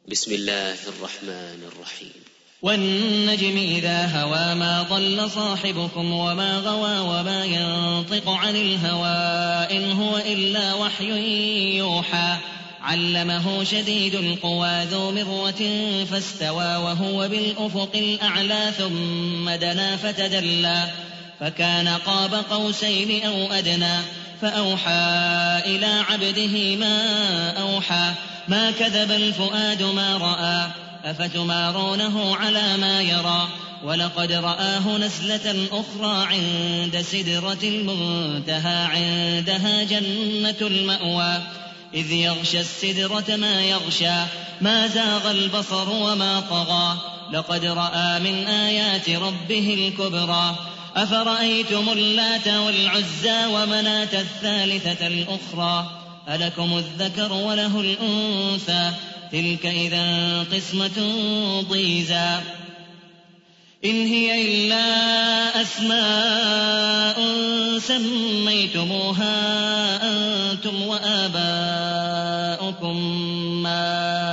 بسم الله الرحمن الرحيم. والنجم إذا هوى ما ضل صاحبكم وما غوى وما ينطق عن الهوى إن هو إلا وحي يوحى علمه شديد القوى ذو مرة فاستوى وهو بالأفق الأعلى ثم دنا فتدلى فكان قاب قوسين أو أدنى فأوحى إلى عبده ما أوحى ما كذب الفؤاد ما رأى أفتمارونه على ما يرى ولقد رآه نزلة أخرى عند سدرة المنتهى عندها جنة المأوى إذ يغشى السدرة ما يغشى ما زاغ البصر وما طغى لقد رأى من آيات ربه الكبرى أفرأيتم اللات والعزى ومناة الثالثة الأخرى ألكم الذكر وله الأنثى تلك إذا قسمة ضيزى إن هي إلا أسماء سميتموها أنتم وآباؤكم ما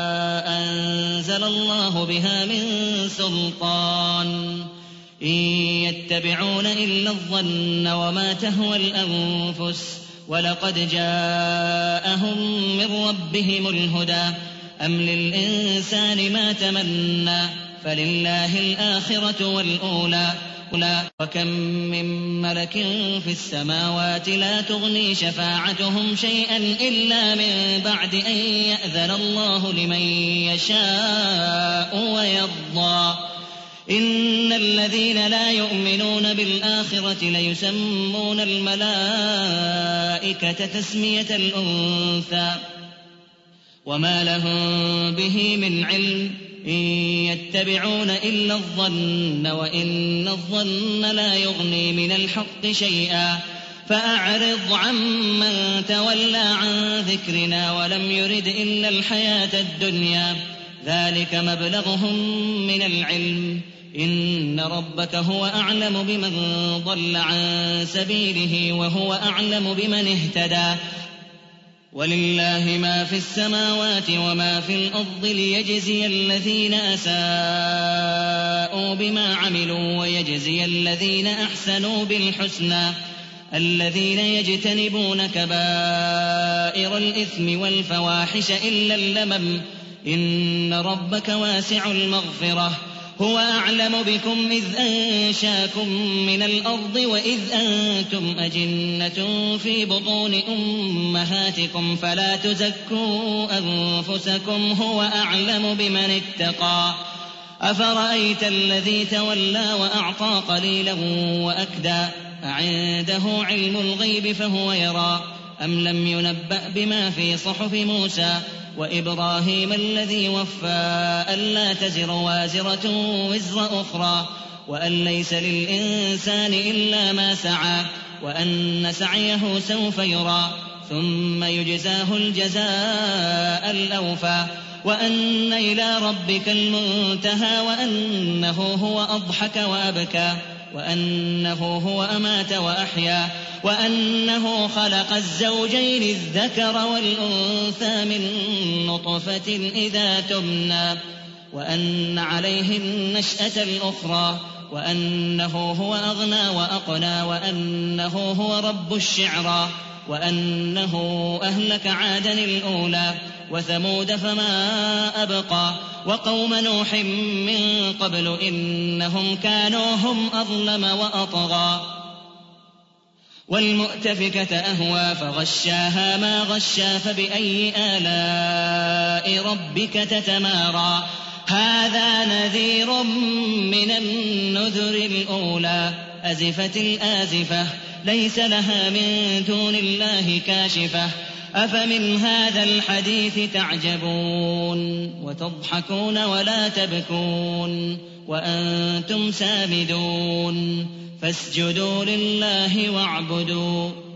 أنزل الله بها من سلطان إن يتبعون إلا الظن وما تهوى الأنفس ولقد جاءهم من ربهم الهدى أم للإنسان ما تمنى فلله الآخرة والأولى وكم من ملك في السماوات لا تغني شفاعتهم شيئا إلا من بعد أن يأذن الله لمن يشاء ويرضى إن الذين لا يؤمنون بالآخرة ليسمون الملائكة تسمية الأنثى وما لهم به من علم إن يتبعون إلا الظن وإن الظن لا يغني من الحق شيئا فأعرض عمن تولى عن ذكرنا ولم يرد إلا الحياة الدنيا ذلك مبلغهم من العلم إن ربك هو أعلم بمن ضل عن سبيله وهو أعلم بمن اهتدى ولله ما في السماوات وما في الأرض ليجزي الذين أساءوا بما عملوا ويجزي الذين أحسنوا بالحسنى الذين يجتنبون كبائر الإثم والفواحش إلا اللمم إن ربك واسع المغفرة هو أعلم بكم إذ أنشاكم من الأرض وإذ أنتم أجنة في بطون أمهاتكم فلا تزكوا أنفسكم هو أعلم بمن اتقى أفرأيت الذي تولى وأعطى قليلا وأكدى أعنده علم الغيب فهو يرى أم لم ينبأ بما في صحف موسى وإبراهيم الذي وفى ألا تزر وازرة وزر أخرى وأن ليس للإنسان إلا ما سعى وأن سعيه سوف يرى ثم يجزاه الجزاء الأوفى وأن إلى ربك المنتهى وأنه هو أضحك وأبكى وأنه هو أمات وأحيا وأنه خلق الزوجين الذكر والأنثى من نطفة إذا تمنى وأن عليه النشأة الأخرى وأنه هو أغنى وأقنى وأنه هو رب الشعرى وأنه أهلك عادا الأولى وثمود فما أبقى وقوم نوح من قبل إنهم كانوا هم أظلم وأطغى والمؤتفكة أهوى فغشاها ما غشى فبأي آلاء ربك تتمارى هذا نذير من النذر الأولى أزفت الآزفة ليس لها من دون الله كاشفة أفمن هذا الحديث تعجبون وتضحكون ولا تبكون وأنتم سامدون فاسجدوا لله واعبدوا